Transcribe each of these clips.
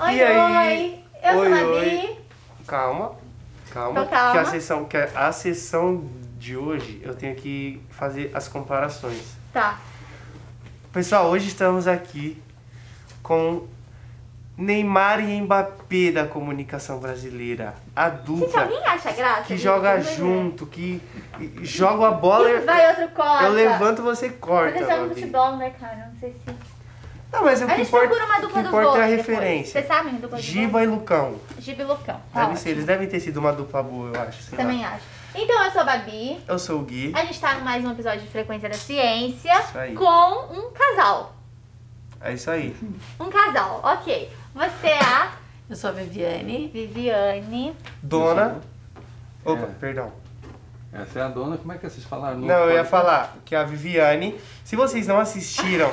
Oi, E aí? oi. Eu sou a Babi. Calma. Então, calma. Que a sessão de hoje eu tenho que fazer as comparações. Tá. Pessoal, hoje estamos aqui com Neymar e Mbappé da comunicação brasileira. A Gente, dupla alguém acha graça? que disso? joga Não sei junto, que joga a bola. ver. Vai, outro corta. Eu levanto, você corta. Vocês jogam Babi. futebol, né, cara? Não sei se... Não, mas o A que gente importa, procura uma o dupla que do importa é a vôlei depois. referência. Vocês sabem a dupla do Giba e Lucão. Giba e Lucão. Tá Deve ser, ótimo. eles devem ter sido uma dupla boa, eu acho. Sei Também lá. acho. Então, eu sou a Babi. Eu sou o Gui. A gente tá no mais um episódio de Frequência da Ciência Isso aí. com um casal. É isso aí. Um casal, ok. Você é a Eu sou a Viviane. Viviane. Dona. Opa, É. perdão. Essa é a dona, como é que vocês falaram? Não, eu ia falar que a Viviane, se vocês não assistiram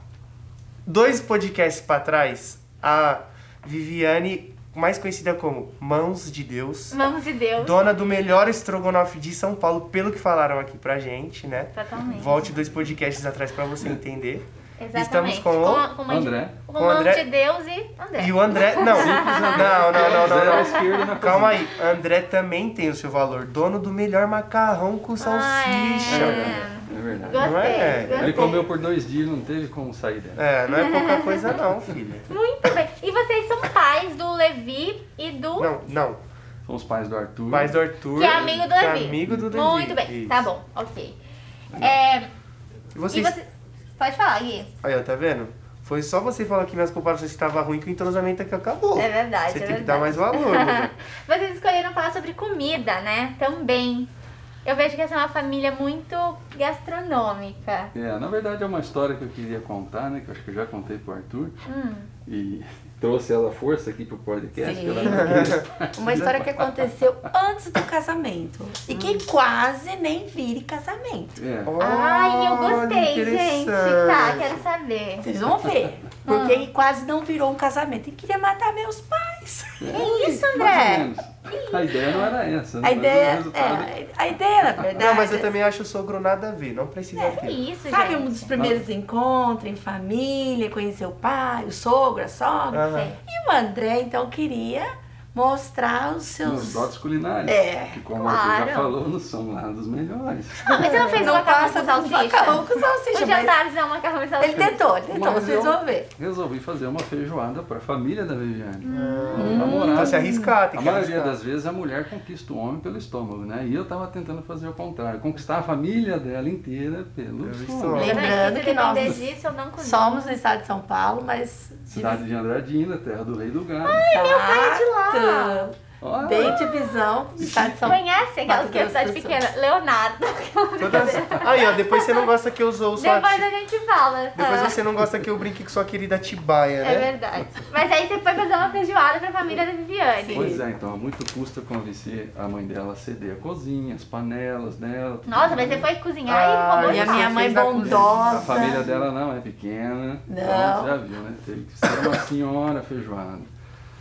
2 podcasts pra trás, a Viviane, mais conhecida como Mãos de Deus, Mãos de Deus. dona do melhor estrogonofe de São Paulo, pelo que falaram aqui pra gente, né? Totalmente. Volte 2 podcasts atrás pra você entender. Exatamente. Estamos com o com André. Com Com Mãos André. de Deus e André. E o André. Não, Zero à não. esquerda na Calma cozinha. aí, André também tem o seu valor. Dono do melhor macarrão com salsicha. É verdade. Gostei, Não é? gostei. Ele comeu por 2 dias, não teve como sair dela. É, não é pouca coisa não, filha. Muito bem. E vocês são pais do Levi e do... Não. São os pais do Arthur. Pais do Arthur. Que é amigo do que é Levi. amigo do Levi. Muito bem. Isso. Tá bom, ok. É, E e vocês... você... Pode falar, Gui. Aí, ó, tá vendo? Foi só você falar que minhas comparações estavam ruins que o entrosamento aqui acabou. É verdade, Você é tem que verdade. dar mais valor, né? Vocês escolheram falar sobre comida, né? Também. Eu vejo que essa é uma família muito gastronômica. Na verdade é uma história que eu queria contar, né? Que eu acho que eu já contei pro Arthur. E trouxe ela à força aqui pro podcast. Sim. Que ela não queria Uma história que aconteceu antes do casamento. E que quase nem vire casamento. É. Ai, eu Olha, gostei, gente. interessante. Tá, quero saber. Vocês vão ver. Porque quase não virou um casamento. E queria matar meus pais. Que isso, Mais ou André? menos. A ideia não era essa. né? A Mas o ideia, resultado- a ideia, na verdade. Não, mas eu também acho o sogro nada a ver. Não precisa Que ter. isso, Sabe, gente? um dos primeiros encontros em família, conhecer o pai, o sogro, a sogra. Aham. E o André, então, queria mostrar os Nos seus... dotes culinários. É, Que como o Arthur claro. já falou, não são lá dos melhores. Mas você não fez um macarrão com passa salsicha? macarrão com salsicha, O mas jantar não é um macarrão e salsicha. ele tentou, Mas vocês eu vão ver. Resolvi fazer uma feijoada para a família da Viviane. Namorada. Pra se arriscar, tem A que maioria arriscar. das vezes a mulher conquista o homem pelo estômago, né? E eu tava tentando fazer o contrário, conquistar a família dela inteira pelo Pelo estômago. estômago. Lembrando Se que nós depender disso, eu não cozinho. somos no estado de São Paulo, mas... Cidade de Andradina, terra do rei do gado. meu pai é de lá. Exato. Olha, Bem de visão do estado de São Paulo. Conhece aquelas que é Mato Grosso cidade do Sul. pequena? Leonardo. Todas... Aí, ó, depois você não gosta que eu usou sua... Depois a gente fala. Depois você não gosta que eu brinque com sua querida Tibaia, É né? verdade. Mas aí você foi fazer uma feijoada pra família da Viviane. Pois é, então, a muito custa convencer a mãe dela a ceder a cozinha, as panelas dela. tudo Nossa, mas mais. você foi cozinhar Ah, e roubou E a de minha casa. mãe fez na cozinha. bondosa. A família dela não é pequena. Não. Então, você já viu, né? Teve que ser uma senhora feijoada.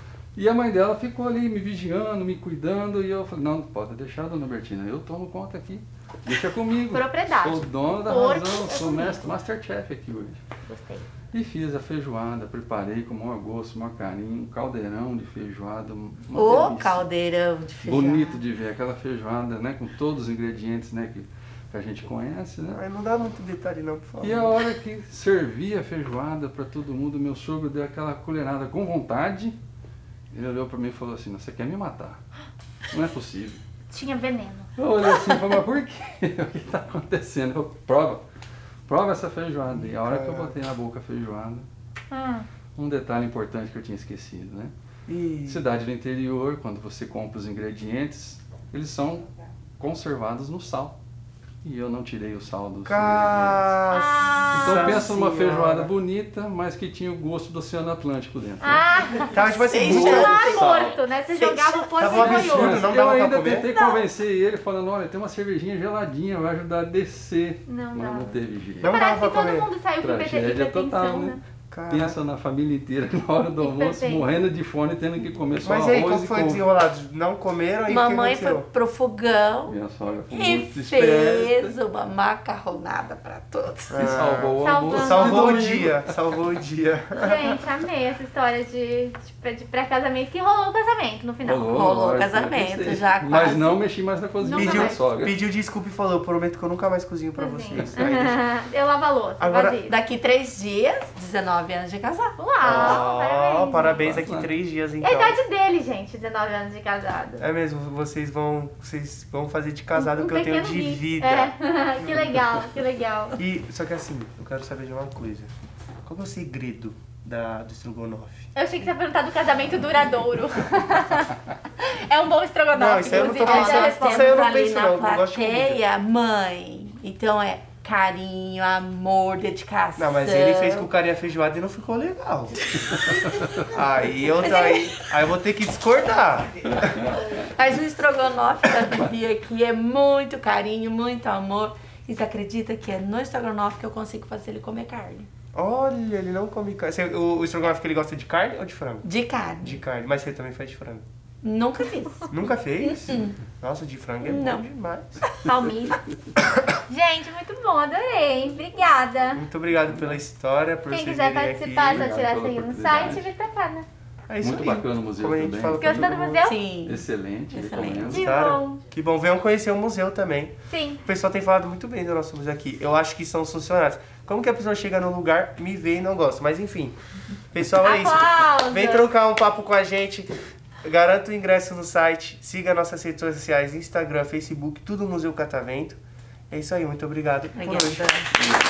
E a mãe dela ficou ali me vigiando, me cuidando, e eu falei, não, pode deixar, dona Bertina, eu tomo conta aqui. Deixa comigo. Propriedade. Sou dono da Porco razão, é sou comigo. Masterchef aqui hoje. Gostei. E fiz a feijoada, preparei com o maior gosto, maior carinho, um caldeirão de feijoada, uma Ô, delícia. caldeirão de feijão. Bonito de ver aquela feijoada, né, com todos os ingredientes, né, que a gente conhece, né. Ai, não dá muito detalhe não, por favor. E a hora que servi a feijoada para todo mundo, meu sogro deu aquela colherada com vontade. Ele olhou para mim e falou assim, você quer me matar? Não é possível. Tinha veneno. Eu olhei assim e falei, mas por quê? O que está acontecendo? Eu falei, prova essa feijoada. E a hora que eu botei na boca a feijoada, um detalhe importante que eu tinha esquecido, né? E... Cidade do interior, quando você compra os ingredientes, eles são conservados no sal. E eu não tirei o sal dos ingredientes. Então pensa numa feijoada bonita, mas que tinha o gosto do Oceano Atlântico dentro. Ah, Tava tipo assim, Sem muito... sei chance. lá, sal. morto, né? Você jogava o porco Tava um e absurdo, boiou. não Eu dava pra ainda comer? tentei convencer ele, falando, olha, tem uma cervejinha geladinha, vai ajudar a descer. Não mas dava. não teve jeito. Não Parece dava que pra todo comer. mundo saiu com Tragédia hipertensão, total, né? né? Caraca. Pensa na família inteira na hora do almoço, perfeito. morrendo de fome, tendo que comer só Mas aí, arroz como e foi couve. desenrolado? Não comeram aí o que Mamãe foi aconteceu? pro fogão Minha sogra foi e muito esperta fez uma macarronada pra todos. e salvou o Salvando. almoço. Salvou o domingo. dia, salvou o dia. Gente, amei essa história de pré-casamento, que rolou o casamento no final. Rolou o lógico, casamento, tem que ser. já Mas quase. não mexi mais na cozinha Nunca da minha mais. sogra. Pediu desculpa e falou, prometo que eu nunca mais cozinho pra vocês. Aí deixa- Eu lavo a louça, Agora- faz isso. Daqui 3 dias, 19 anos de casar. Uau, Ó, parabéns. parabéns daqui 3 dias É então. a idade dele, gente, 19 anos de casado. É mesmo, vocês vão fazer de casado o que eu tenho de hit. vida. É, que legal, que legal. E, só que assim, eu quero saber de uma coisa. Qual que é o segredo do estrogonofe? Eu achei que você ia perguntar do casamento duradouro. É um bom estrogonofe, Não, isso aí eu não tô inclusive, essa é a pensando. resposta. Isso aí eu não ali penso, na não, eu gosto de plateia, mãe. Então é carinho, amor, dedicação. Não, mas ele fez com carinha feijoada e não ficou legal. aí eu vou ter que discordar. Mas o estrogonofe da Bibi aqui é muito carinho, muito amor. E você acredita que é no estrogonofe que eu consigo fazer ele comer carne? Olha, ele não come carne. O estrogonofe que ele gosta de carne ou de frango? De carne. De carne, mas você também faz de frango. Nunca fiz. Nunca fez? Nossa, de frango é Não. bom demais. Palmilha. Gente, muito bom, adorei. Obrigada. Muito obrigado pela história, por Quem vocês quiser virem participar, é aqui. só Obrigado tirar pela seguir no oportunidade. site e vir pra cá, né? É isso Muito aí. bacana o museu Como a gente também. fala Gostou todo do mundo. museu? Sim. Excelente, Excelente. recomendo. Que Gostaram? bom. Que bom, venham conhecer o museu também. Sim. O pessoal tem falado muito bem do nosso museu aqui. Eu acho que são os funcionários. Como que a pessoa chega no lugar, me vê e não gosta? Mas enfim. Pessoal, é isso. Aplausos. Vem trocar um papo com a gente. Garanta o ingresso no site. Siga nossas redes sociais, Instagram, Facebook, tudo Museu Catavento. É isso aí, muito obrigado por hoje. Obrigada.